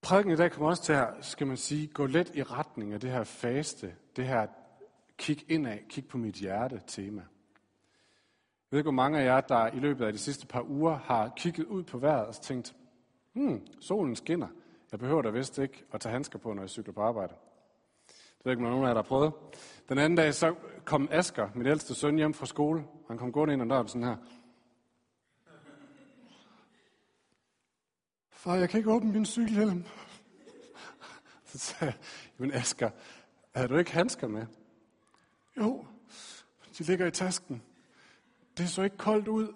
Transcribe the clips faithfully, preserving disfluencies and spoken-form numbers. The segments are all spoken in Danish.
Prædiken i dag kommer også til at, skal man sige, gå let i retning af det her faste, det her kig indad, kig på mit hjerte tema. Jeg ved ikke, hvor mange af jer, der i løbet af de sidste par uger har kigget ud på vejret og tænkt, hmm, solen skinner. Jeg behøver da vist ikke at tage handsker på, når jeg cykler på arbejde. Det ved ikke, om nogen af jer, der har prøvet. Den anden dag, så kom Asger, mit ældste søn, hjem fra skole. Han kom gående ind ad døren sådan her. Far, jeg kan ikke åbne min cykelhjelm. Så sagde jeg, men Asger, havde du ikke handsker med? Jo, de ligger i tasken. Det så ikke koldt ud.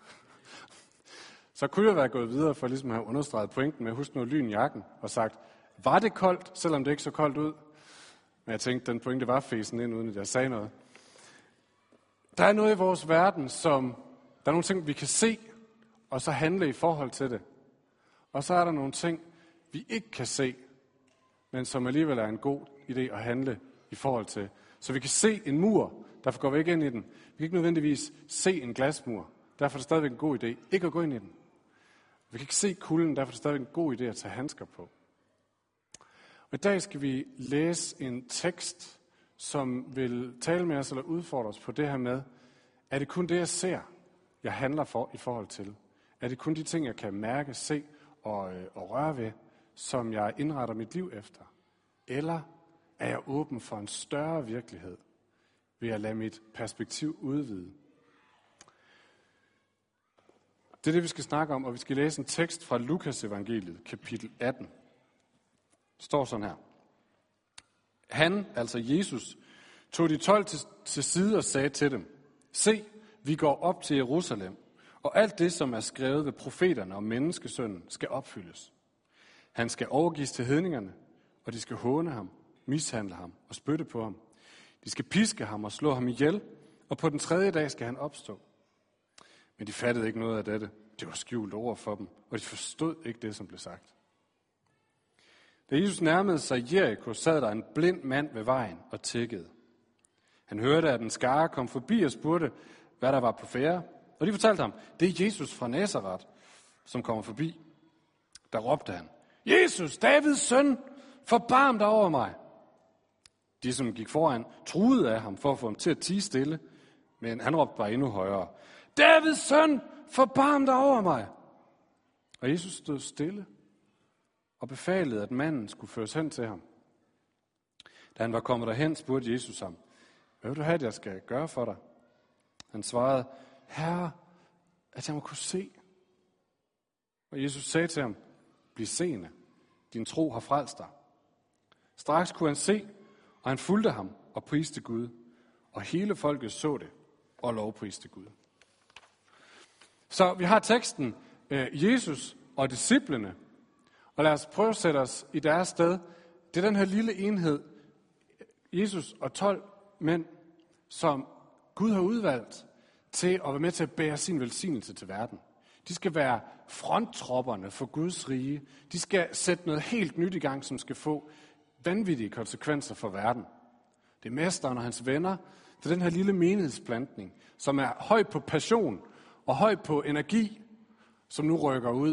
Så kunne jeg være gået videre for ligesom at have understreget pointen med, husk nu lyn i jakken, og sagt, var det koldt, selvom det ikke så koldt ud? Men jeg tænkte, den pointe var fesen ind, uden at jeg sagde noget. Der er noget i vores verden, som, der er nogle ting, vi kan se, og så handle i forhold til det. Og så er der nogle ting, vi ikke kan se, men som alligevel er en god idé at handle i forhold til. Så vi kan se en mur, derfor går vi ikke ind i den. Vi kan ikke nødvendigvis se en glasmur, derfor er det stadigvæk en god idé ikke at gå ind i den. Vi kan ikke se kulden, derfor er det stadigvæk en god idé at tage handsker på. Og i dag skal vi læse en tekst, som vil tale med os eller udfordre os på det her med, er det kun det, jeg ser, jeg handler for i forhold til? Er det kun de ting, jeg kan mærke, se og, øh, og røre ved, som jeg indretter mit liv efter? Eller er jeg åben for en større virkelighed, ved at lade mit perspektiv udvide? Det er det, vi skal snakke om, og vi skal læse en tekst fra Lukas evangeliet, kapitel atten. Det står sådan her. Han, altså Jesus, tog de tolv til, til side og sagde til dem, se, vi går op til Jerusalem, og alt det, som er skrevet ved profeterne om menneskesønnen, skal opfyldes. Han skal overgives til hedningerne, og de skal håne ham, mishandle ham og spytte på ham. De skal piske ham og slå ham ihjel, og på den tredje dag skal han opstå. Men de fattede ikke noget af dette. Det var skjult ord for dem, og de forstod ikke det, som blev sagt. Da Jesus nærmede sig Jericho, sad der en blind mand ved vejen og tiggede. Han hørte, at en skare kom forbi og spurgte, hvad der var på færde. Og de fortalte ham, det er Jesus fra Nazaret, som kommer forbi. Der råbte han, Jesus, Davids søn, forbarm dig over mig. De, som gik foran, truede af ham for at få ham til at tie stille, men han råbte bare endnu højere, Davids søn, forbarm dig over mig. Og Jesus stod stille og befalede, at manden skulle føres hen til ham. Da han var kommet derhen, spurgte Jesus ham, hvad vil du have, at jeg skal gøre for dig? Han svarede, Herre, at jeg må kunne se. Og Jesus sagde til ham, bliv seende, din tro har frelst dig. Straks kunne han se, og han fulgte ham og priste Gud, og hele folket så det og lovpriste Gud. Så vi har teksten, Jesus og disciplene, og lad os prøve at sætte os i deres sted. Det er den her lille enhed, Jesus og tolv mænd, som Gud har udvalgt til at være med til at bære sin velsignelse til verden. De skal være fronttropperne for Guds rige. De skal sætte noget helt nyt i gang, som skal få vanvittige konsekvenser for verden. Det er mesteren og hans venner. Det er den her lille menighedsplantning, som er høj på passion og høj på energi, som nu rykker ud.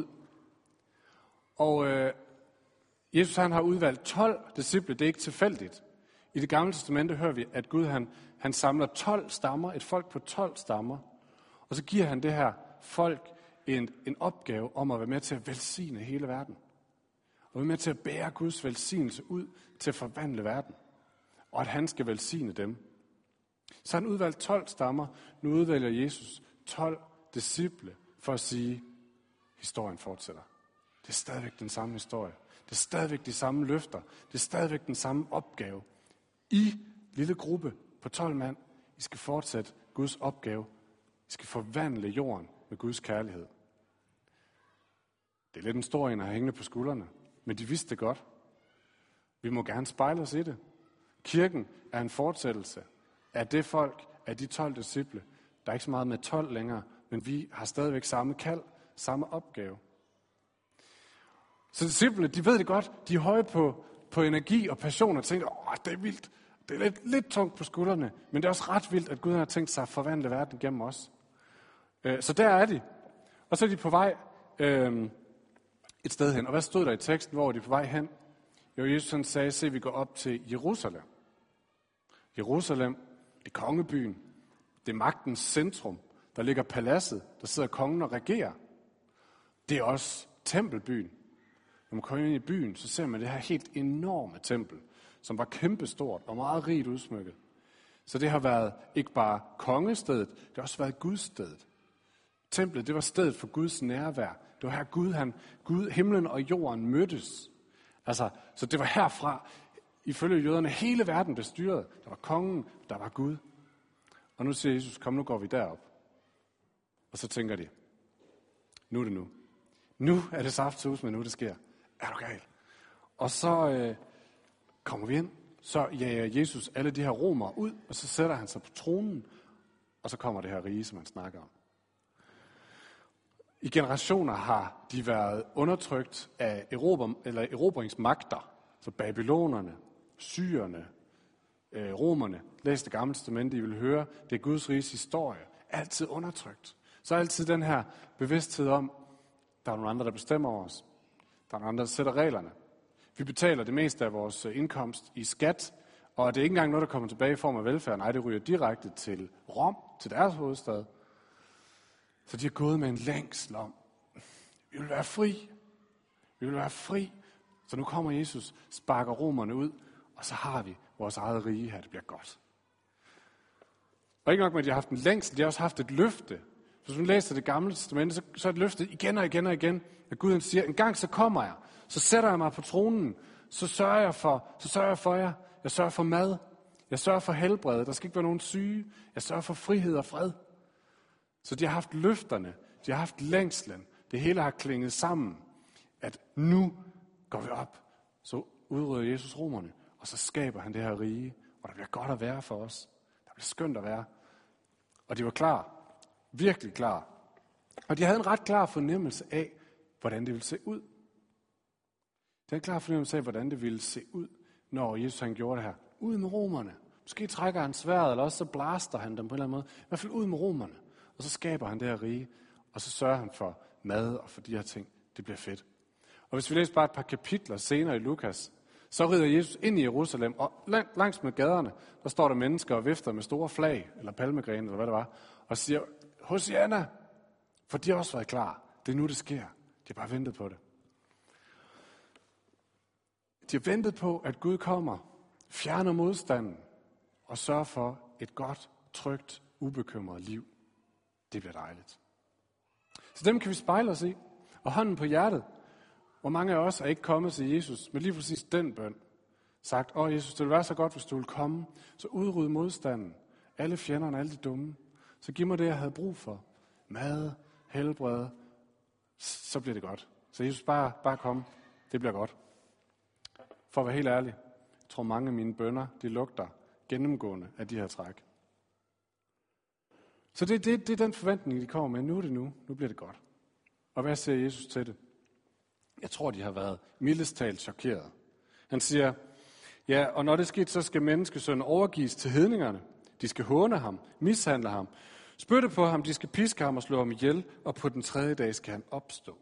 Og øh, Jesus han har udvalgt tolv disciple. Det er ikke tilfældigt. I Det Gamle Testamente hører vi, at Gud han, han samler tolv stammer, et folk på tolv stammer. Og så giver han det her folk en, en opgave om at være med til at velsigne hele verden. Og være med til at bære Guds velsignelse ud til at forvandle verden. Og at han skal velsigne dem. Så han udvalgt tolv stammer. Nu udvælger Jesus tolv disciple for at sige, historien fortsætter. Det er stadigvæk den samme historie. Det er stadigvæk de samme løfter. Det er stadigvæk den samme opgave. I lille gruppe på tolv mand, I skal fortsætte Guds opgave. I skal forvandle jorden med Guds kærlighed. Det er lidt en stor en at have hængende på skuldrene, men de vidste det godt. Vi må gerne spejle os i det. Kirken er en fortsættelse af det folk, af de tolv disciple. Der er ikke så meget med tolv længere, men vi har stadigvæk samme kald, samme opgave. Så disciplene, de ved det godt. De er høje på, på energi og passion og tænker, åh, det er vildt. Det er lidt, lidt tungt på skuldrene, men det er også ret vildt, at Gud har tænkt sig at forvandle verden gennem os. Så der er de. Og så er de på vej øh, et sted hen. Og hvad stod der i teksten, hvor de er på vej hen? Jo, Jesus han sagde, se, vi går op til Jerusalem. Jerusalem, det er kongebyen. Det er magtens centrum. Der ligger paladset, der sidder kongen og regerer. Det er også tempelbyen. Når man kommer ind i byen, så ser man det her helt enorme tempel, som var kæmpestort og meget rigt udsmykket. Så det har været ikke bare kongestedet, det har også været Gudsstedet. Templet, det var stedet for Guds nærvær. Det var her Gud, han, Gud, himlen og jorden mødtes. Altså, så det var herfra, ifølge jøderne, hele verden blev styret. Der var kongen, der var Gud. Og nu siger Jesus, kom, nu går vi derop. Og så tænker de, nu er det nu. Nu er det saftsus, men nu det sker. Er du gal? Og så øh, kommer vi ind, så jager Jesus alle de her romere ud, og så sætter han sig på tronen, og så kommer det her rige, som han snakker om. I generationer har de været undertrykt af erober, eller erobringsmagter, så babylonerne, syrerne, øh, romerne. Læs det gamle testamente, I vil høre, det er Guds riges historie. Altid undertrykt. Så er altid den her bevidsthed om, der er nogle andre, der bestemmer over os. Der er nogle andre, der sætter reglerne. Vi betaler det meste af vores indkomst i skat, og det er ikke engang noget, der kommer tilbage i form af velfærd. Nej, det ryger direkte til Rom, til deres hovedstad. Så de har gået med en længsel om, vi vil være fri. Vi vil være fri. Så nu kommer Jesus, sparker romerne ud, og så har vi vores eget rige her. Det bliver godt. Og ikke nok med, at de har haft en længsel, de har også haft et løfte. Hvis man læser det gamle testamente, så, så er det løftet igen og igen og igen, at Gud han siger, en gang så kommer jeg, så sætter jeg mig på tronen, så sørger jeg for, så sørger jeg for jer, jeg sørger for mad, jeg sørger for helbred, der skal ikke være nogen syge, jeg sørger for frihed og fred. Så de har haft løfterne, de har haft længslen, det hele har klinget sammen, at nu går vi op, så udrydder Jesus romerne, og så skaber han det her rige, og der bliver godt at være for os. Der bliver skønt at være. Og de var klar, virkelig klar. Og de havde en ret klar fornemmelse af, hvordan det ville se ud. De havde en klar fornemmelse af, hvordan det ville se ud, når Jesus han gjorde det her. Ud med romerne. Måske trækker han sværet, eller også så blaster han dem på en eller anden måde. I hvert fald ud med romerne. Og så skaber han det her rige, og så sørger han for mad og for de her ting. Det bliver fedt. Og hvis vi læser bare et par kapitler senere i Lukas, så rider Jesus ind i Jerusalem, og langs med gaderne, der står der mennesker og vifter med store flag, eller palmegrene, eller hvad det var, og siger, Hosianna, for de har også været klar. Det er nu, det sker. De har bare ventet på det. De har ventet på, at Gud kommer, fjerner modstanden, og sørger for et godt, trygt, ubekymret liv. Det bliver dejligt. Så dem kan vi spejle os i, og hånden på hjertet. Hvor mange af os er ikke kommet til Jesus med lige præcis den bøn. Sagt, åh Jesus, det ville være så godt, hvis du ville komme, så udrydde modstanden. Alle fjenderne, alle de dumme. Så giv mig det, jeg havde brug for. Mad, helbred, så bliver det godt. Så Jesus, bare, bare kom. Det bliver godt. For at være helt ærlig, jeg tror mange af mine bønner, de lugter gennemgående af de her træk. Så det, det, det er den forventning, de kommer med. Nu er det nu. Nu bliver det godt. Og hvad siger Jesus til det? Jeg tror, de har været mildest talt chokeret. Han siger, ja, og når det sker, så skal menneskesønnen overgives til hedningerne. De skal håne ham, mishandle ham, spytte på ham, de skal piske ham og slå ham ihjel, og på den tredje dag skal han opstå.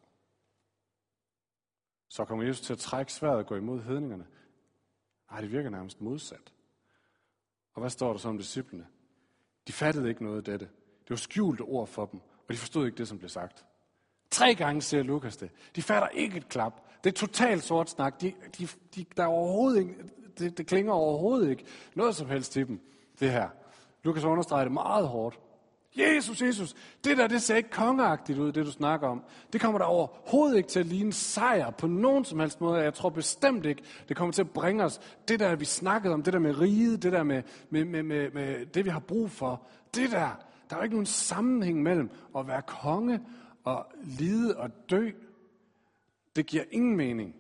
Så kommer Jesus til at trække sværdet og gå imod hedningerne. Nej, det virker nærmest modsat. Og hvad står der så om disciplene? De fattede ikke noget af dette. Det var skjulte ord for dem, og de forstod ikke det, som blev sagt. Tre gange siger Lukas det. De fatter ikke et klap. Det er totalt sort snak. De, de, de, der er overhovedet ikke, det, det klinger overhovedet ikke noget som helst til dem, det her. Lukas understreger det meget hårdt. Jesus, Jesus, det der, det ser ikke kongeagtigt ud, det du snakker om. Det kommer der overhovedet ikke til at ligne sejr på nogen som helst måde. Jeg tror bestemt ikke, det kommer til at bringe os det der, vi snakkede om, det der med riget, det der med, med, med, med, med det, vi har brug for. Det der, der er jo ikke nogen sammenhæng mellem at være konge og lide og dø. Det giver ingen mening.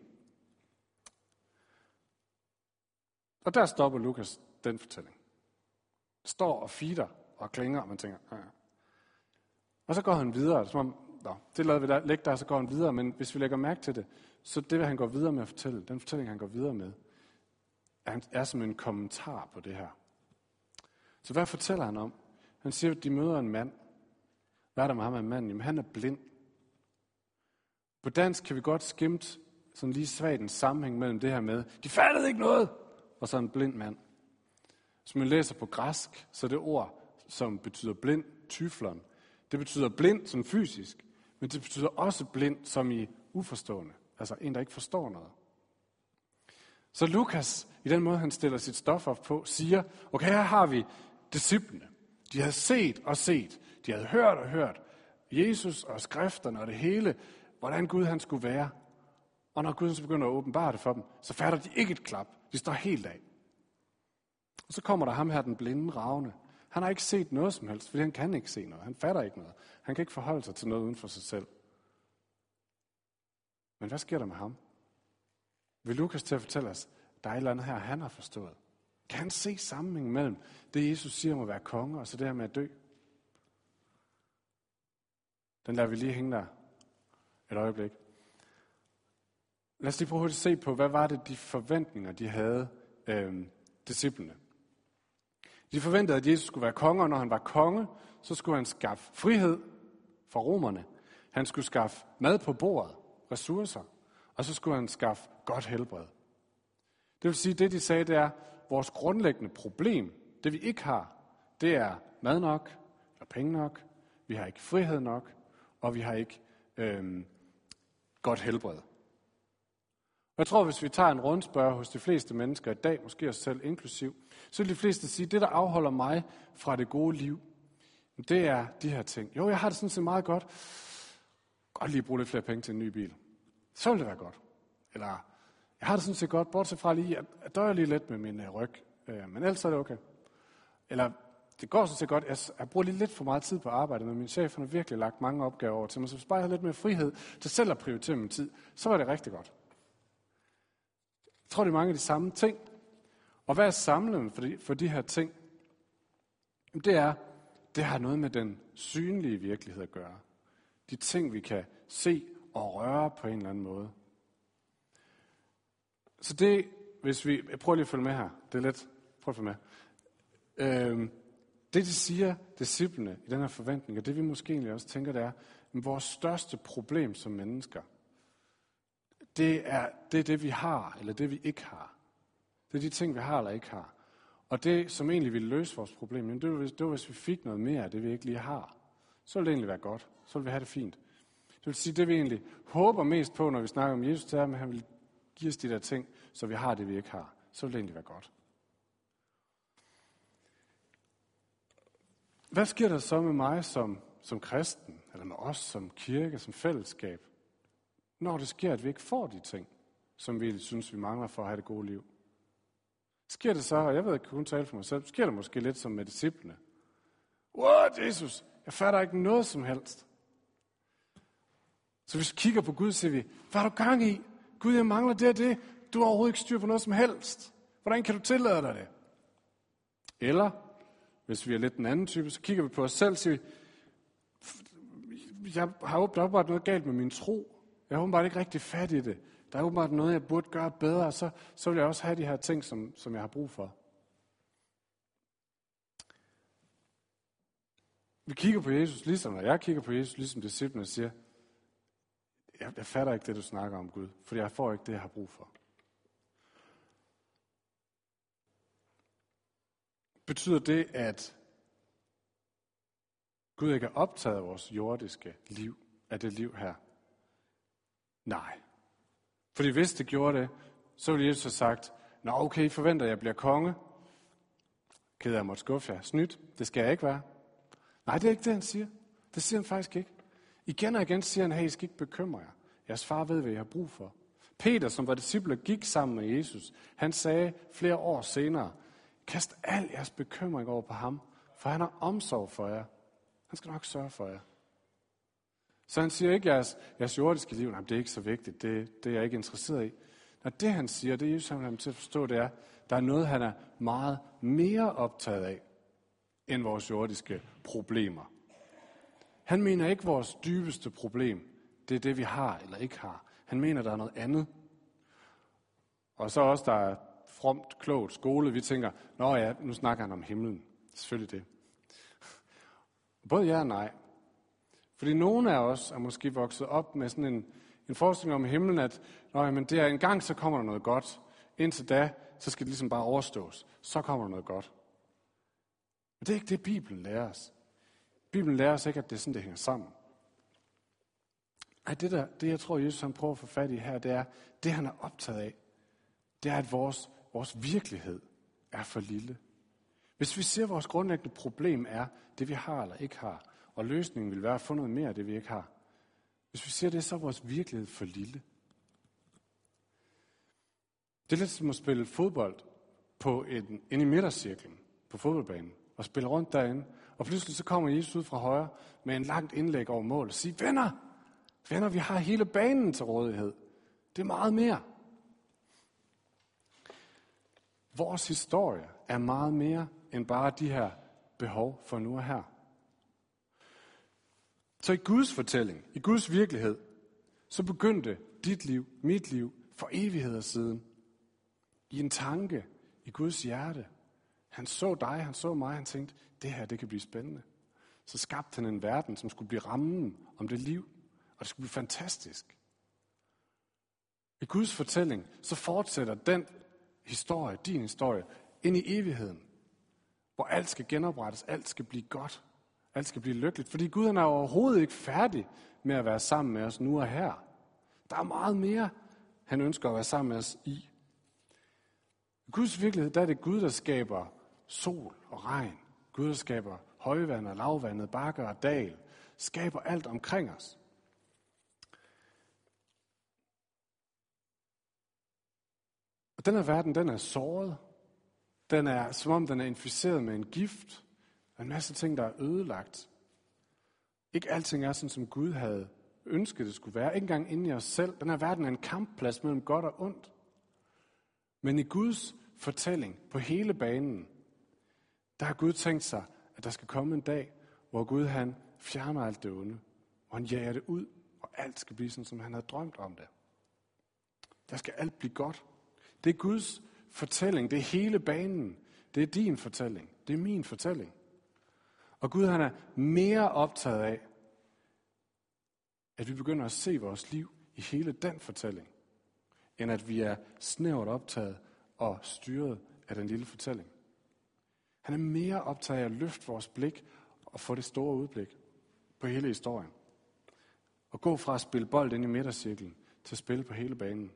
Og der stopper Lukas den fortælling. Står og feeder og klinger, og man tænker, ja. Og så går han videre, som om, nå, det lader vi der, lægge der, så går han videre, men hvis vi lægger mærke til det, så det vil han gå videre med at fortælle, den fortælling, han går videre med, er, er som en kommentar på det her. Så hvad fortæller han om? Han siger, at de møder en mand. Hvad er der med ham af manden? Jamen, han er blind. På dansk kan vi godt skimte sådan lige svagt en sammenhæng mellem det her med, de fattede ikke noget, og så en blind mand. Hvis man læser på græsk, så det ord, som betyder blind, tyflon, det betyder blind som fysisk, men det betyder også blind som i uforstående. Altså en, der ikke forstår noget. Så Lukas, i den måde, han stiller sit stof op på, siger, okay, her har vi disciplene. De havde set og set. De havde hørt og hørt Jesus og skrifterne og det hele, hvordan Gud han skulle være. Og når Gud så begynder at åbenbare det for dem, så fatter de ikke et klap. De står helt af. Og så kommer der ham her, den blinde ravne. Han har ikke set noget som helst, fordi han kan ikke se noget. Han fatter ikke noget. Han kan ikke forholde sig til noget uden for sig selv. Men hvad sker der med ham? Vil Lukas til at fortælle os, der er et eller andet her, han har forstået? Kan han se sammenhængen mellem det, Jesus siger om at være konge, og så det her med at dø? Den lader vi lige hænge der et øjeblik. Lad os lige prøve at se på, hvad var det, de forventninger, de havde, øh, disciplene. De forventede, at Jesus skulle være konge, og når han var konge, så skulle han skaffe frihed for romerne. Han skulle skaffe mad på bordet, ressourcer, og så skulle han skaffe godt helbred. Det vil sige, det de sagde, det er, vores grundlæggende problem, det vi ikke har, det er mad nok, eller penge nok, vi har ikke frihed nok, og vi har ikke øh, godt helbred. Og jeg tror, hvis vi tager en rundspørg hos de fleste mennesker i dag, måske os selv inklusiv, så vil de fleste sige, at det, der afholder mig fra det gode liv, det er de her ting. Jo, jeg har det sådan set meget godt. Godt lige bruge lidt flere penge til en ny bil. Så vil det være godt. Eller, jeg har det sådan set godt, bortset fra lige, at jeg døjer lige lidt med min uh, ryg. Uh, men ellers er det okay. Eller, det går sådan set godt. Jeg, jeg bruger lige lidt for meget tid på arbejde, men min chef har virkelig lagt mange opgaver over til mig. Så hvis bare jeg havde lidt mere frihed til selv at prioritere min tid, så var det rigtig godt. Jeg tror, det er mange af de samme ting. Og hvad er samlende for de, for de her ting? Det er, det har noget med den synlige virkelighed at gøre. De ting, vi kan se og røre på en eller anden måde. Så det, hvis vi... Jeg prøver lige at følge med her. Det er let. Prøv at følge med. Øhm, det, de siger, disciplene i den her forventning, og det vi måske egentlig også tænker, det er, at vores største problem som mennesker, det er, det er det, vi har, eller det, vi ikke har. Det er de ting, vi har eller ikke har. Og det, som egentlig ville løse vores problem, det var, det var, hvis vi fik noget mere af det, vi ikke lige har. Så ville det egentlig være godt. Så ville vi have det fint. Det vil sige, det vi egentlig håber mest på, når vi snakker om Jesus, det er, at han vil give os de der ting, så vi har det, vi ikke har. Så vil det egentlig være godt. Hvad sker der så med mig som, som kristen, eller med os som kirke, som fællesskab, når det sker, at vi ikke får de ting, som vi synes, vi mangler for at have det gode liv? Sker det så, og jeg ved ikke, kun tale for mig selv, sker det måske lidt som med disciplene. What, Jesus? Jeg fatter ikke noget som helst. Så hvis vi kigger på Gud, siger vi, hvad har du gang i? Gud, jeg mangler det og det. Du har overhovedet ikke styr på noget som helst. Hvordan kan du tillade dig det? Eller, hvis vi er lidt den anden type, så kigger vi på os selv og siger, jeg har åbenbart noget galt med min tro. Jeg har åbenbart ikke rigtig fat i det. Der er åbenbart noget, jeg burde gøre bedre, og så, så vil jeg også have de her ting, som, som jeg har brug for. Vi kigger på Jesus, ligesom når jeg kigger på Jesus, ligesom disciplene siger, jeg, jeg fatter ikke det, du snakker om, Gud, for jeg får ikke det, jeg har brug for. Betyder det, at Gud ikke er optaget af vores jordiske liv, af det liv her? Nej. Fordi hvis det gjorde det, så ville Jesus have sagt, nå okay, I forventer, at jeg bliver konge. Ked af at måtte skuffe jer. Snydt, det skal jeg ikke være. Nej, det er ikke det, han siger. Det siger han faktisk ikke. Igen og igen siger han, hey, I skal ikke bekymre jer. Jeres far ved, hvad I har brug for. Peter, som var disciple, gik sammen med Jesus. Han sagde flere år senere, kast al jeres bekymring over på ham, for han har omsorg for jer. Han skal nok sørge for jer. Så han siger ikke, at jeres, jeres jordiske liv, nej, det er ikke så vigtigt, det, det er jeg ikke interesseret i. Når det han siger, det Jesus han har til at forstå, det er, der er noget, han er meget mere optaget af, end vores jordiske problemer. Han mener ikke, vores dybeste problem, det er det, vi har eller ikke har. Han mener, der er noget andet. Og så også, der er fromt, klogt skole, vi tænker, nå ja, nu snakker han om himlen. Selvfølgelig det. Både ja og nej. Fordi nogle af os er måske vokset op med sådan en, En forestilling om himlen, at når men det er en gang, så kommer der noget godt. Indtil da, så skal det ligesom bare overstås. Så kommer der noget godt. Men det er ikke det, Bibelen lærer os. Bibelen lærer os ikke, at det er sådan, det hænger sammen. Ej, det, der, det jeg tror, Jesus han prøver at få fat i her, det er, det han er optaget af, det er, at vores, vores virkelighed er for lille. Hvis vi ser, at vores grundlæggende problem er det, vi har eller ikke har, og løsningen vil være at få noget mere af det, vi ikke har. Hvis vi ser det, så er vores virkelighed for lille. Det er lidt som at spille fodbold på en, inde i midtercirklen på fodboldbanen, og spille rundt derinde, og pludselig så kommer Jesus ud fra højre med en langt indlæg over mål og siger, venner, venner, vi har hele banen til rådighed. Det er meget mere. Vores historie er meget mere end bare de her behov for nu og her. Så i Guds fortælling, i Guds virkelighed, så begyndte dit liv, mit liv, for evigheder siden. I en tanke, i Guds hjerte. Han så dig, han så mig, han tænkte, det her, det kan blive spændende. Så skabte han en verden, som skulle blive rammen om det liv, og det skulle blive fantastisk. I Guds fortælling, så fortsætter den historie, din historie, ind i evigheden, hvor alt skal genoprettes, alt skal blive godt, alt skal blive lykkeligt, fordi Gud han er overhovedet ikke færdig med at være sammen med os nu og her. Der er meget mere, han ønsker at være sammen med os i. I Guds virkelighed, der er det Gud, der skaber sol og regn. Gud, der skaber højvand og lavvandet, bakker og dal, skaber alt omkring os. Og den her verden, den er såret. Den er, som om den er inficeret med en gift. Der er en masse ting, der er ødelagt. Ikke alting er sådan, som Gud havde ønsket, det skulle være. Ikke engang inde i os selv. Den her verden er en kampplads mellem godt og ondt. Men i Guds fortælling på hele banen, der har Gud tænkt sig, at der skal komme en dag, hvor Gud han fjerner alt det onde. Og han jager det ud, og alt skal blive sådan, som han havde drømt om det. Der skal alt blive godt. Det er Guds fortælling. Det er hele banen. Det er din fortælling. Det er min fortælling. Og Gud han er mere optaget af, at vi begynder at se vores liv i hele den fortælling, end at vi er snævert optaget og styret af den lille fortælling. Han er mere optaget af at løfte vores blik og få det store udblik på hele historien. Og gå fra at spille bold ind i midtercirklen til at spille på hele banen.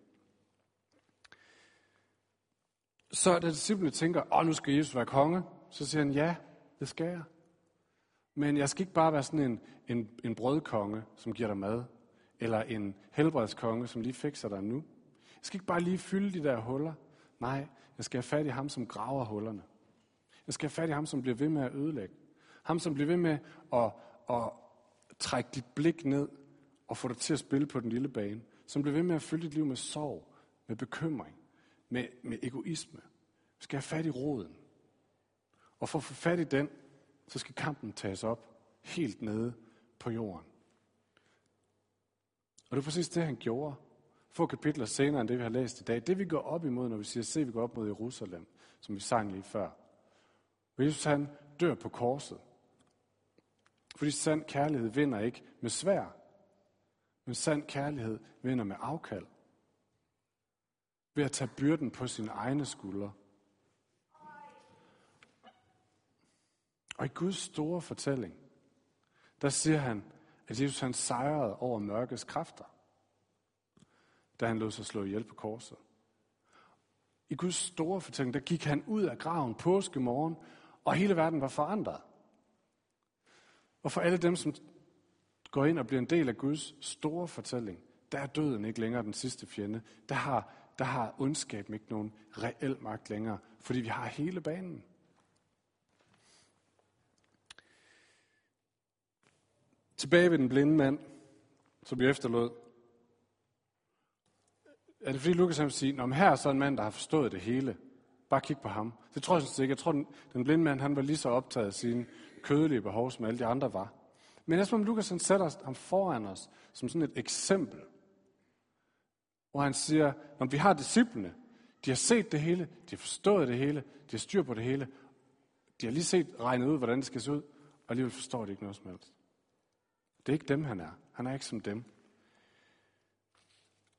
Så da disciplene tænker, åh, nu skal Jesus være konge, så siger han, ja, det skal jeg. Men jeg skal ikke bare være sådan en, en, en brødkonge, som giver dig mad, eller en helbredskonge, som lige fikser dig nu. Jeg skal ikke bare lige fylde de der huller. Nej, jeg skal have fat i ham, som graver hullerne. Jeg skal have fat i ham, som bliver ved med at ødelægge. Ham, som bliver ved med at, at trække dit blik ned og få dig til at spille på den lille bane. Som bliver ved med at fylde dit liv med sorg, med bekymring, med, med egoisme. Jeg skal have fat i roden. Og for at få fat i den, så skal kampen tages op helt nede på jorden. Og det er præcis det, han gjorde. Få kapitler senere end det, vi har læst i dag. Det, vi går op imod, når vi siger, se, vi går op mod Jerusalem, som vi sang lige før. Og Jesus, han dør på korset. Fordi sand kærlighed vinder ikke med sværd, men sand kærlighed vinder med afkald. Ved at tage byrden på sine egne skuldre. Og i Guds store fortælling, der siger han, at Jesus han sejrede over mørkets kræfter, da han lod sig slå ihjel på korset. I Guds store fortælling, der gik han ud af graven påskemorgen, og hele verden var forandret. Og for alle dem, som går ind og bliver en del af Guds store fortælling, der er døden ikke længere den sidste fjende. Der har, der har ondskaben ikke nogen reel magt længere, fordi vi har hele banen. Tilbage ved den blinde mand, som vi efterlod. Er det fordi Lukas han vil sige, at her er så en mand, der har forstået det hele. Bare kig på ham. Det tror jeg sådan ikke. Jeg tror, den, den blinde mand han var lige så optaget af sine kødelige behov, som alle de andre var. Men jeg som Lukas han sætter ham foran os som sådan et eksempel. Hvor han siger, når vi har disciplene, de har set det hele, de har forstået det hele, de har styr på det hele. De har lige set regnet ud, hvordan det skal se ud, og alligevel forstår de ikke noget som helst. Det er ikke dem, han er. Han er ikke som dem.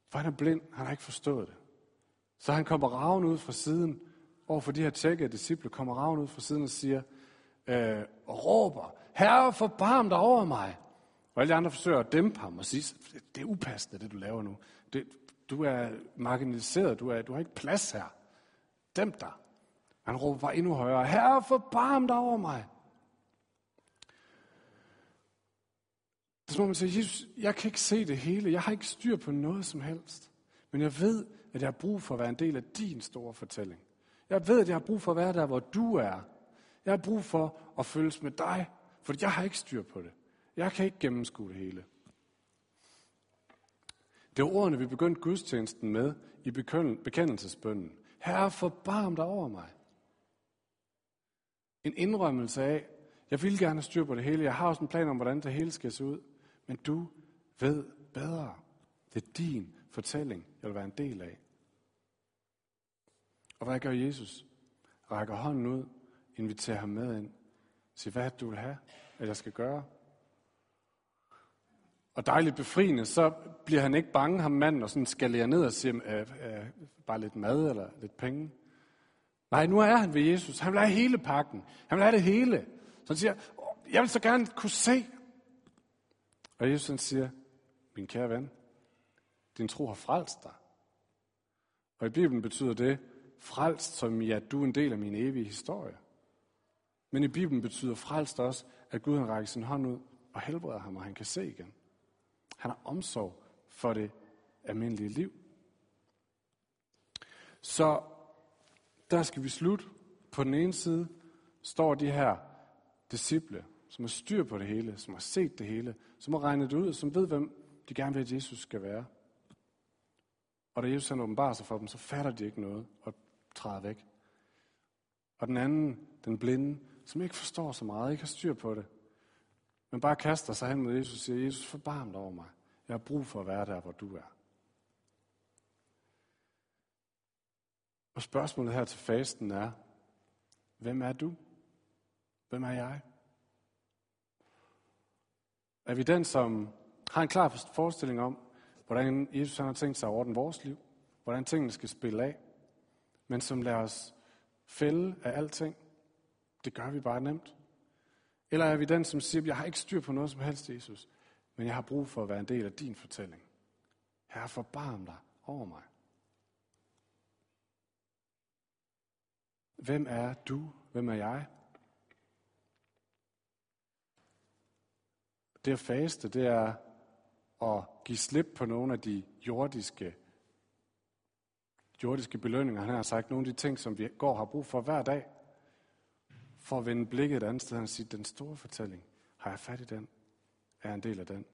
For han er blind, han har ikke forstået det. Så han kommer raven ud fra siden, overfor de her tjekkede disciple, kommer raven ud fra siden og siger, øh, og råber, Herre, forbarm dig over mig. Og alle de andre forsøger at dæmpe ham og sige, det er upassende, det du laver nu. Det, du er marginaliseret, du, er, du har ikke plads her. Dæmp dig. Han råber bare endnu højere, Herre, forbarm dig over mig. Det er som om man siger, Jesus, jeg kan ikke se det hele, jeg har ikke styr på noget som helst. Men jeg ved, at jeg har brug for at være en del af din store fortælling. Jeg ved, at jeg har brug for at være der, hvor du er. Jeg har brug for at følges med dig, for jeg har ikke styr på det. Jeg kan ikke gennemskue det hele. Det var ordene, vi begyndte gudstjenesten med i bekendelsesbønnen. Herre, forbarm dig over mig. En indrømmelse af, jeg vil gerne have styr på det hele. Jeg har også en plan om, hvordan det hele skal se ud. Men du ved bedre. Det er din fortælling, jeg vil være en del af. Og hvad gør Jesus? Rækker hånden ud, inviterer ham med ind. Siger, hvad er det, du vil have, at jeg skal gøre? Og dejligt befriende, så bliver han ikke bange, ham manden, og sådan skalerer ned og siger, øh, øh, bare lidt mad eller lidt penge. Nej, nu er han ved Jesus. Han vil have hele pakken. Han vil have det hele. Så han siger, jeg vil så gerne kunne se. Og Jesus han siger, min kære ven, din tro har frelst dig. Og i Bibelen betyder det, frelst som i, at du er en del af min evige historie. Men i Bibelen betyder frelst også, at Gud han rækker sin hånd ud og helbreder ham, og han kan se igen. Han har omsorg for det almindelige liv. Så der skal vi slutte. På den ene side står de her disciple, som har styr på det hele, som har set det hele, som har regnet det ud, og som ved, hvem de gerne vil, at Jesus skal være. Og da Jesus han åbenbarer sig for dem, så fatter de ikke noget og træder væk. Og den anden, den blinde, som ikke forstår så meget, ikke har styr på det, men bare kaster sig hen mod Jesus og siger, Jesus, forbarm dig over mig. Jeg har brug for at være der, hvor du er. Og spørgsmålet her til fasten er, hvem er du? Hvem er jeg? Er vi den, som har en klar forestilling om, hvordan Jesus har tænkt sig at ordne vores liv? Hvordan tingene skal spille af? Men som lader os fælde af alting? Det gør vi bare nemt. Eller er vi den, som siger, jeg har ikke styr på noget som helst, Jesus, men jeg har brug for at være en del af din fortælling. Herre, forbarm dig over mig. Hvem er du? Hvem er jeg? Det at faste, det er at give slip på nogle af de jordiske, jordiske belønninger. Han har sagt nogle af de ting, som vi går har brug for hver dag, for at vende blikket et andet sted og sige, den store fortælling, har jeg fat i den? Er jeg en del af den?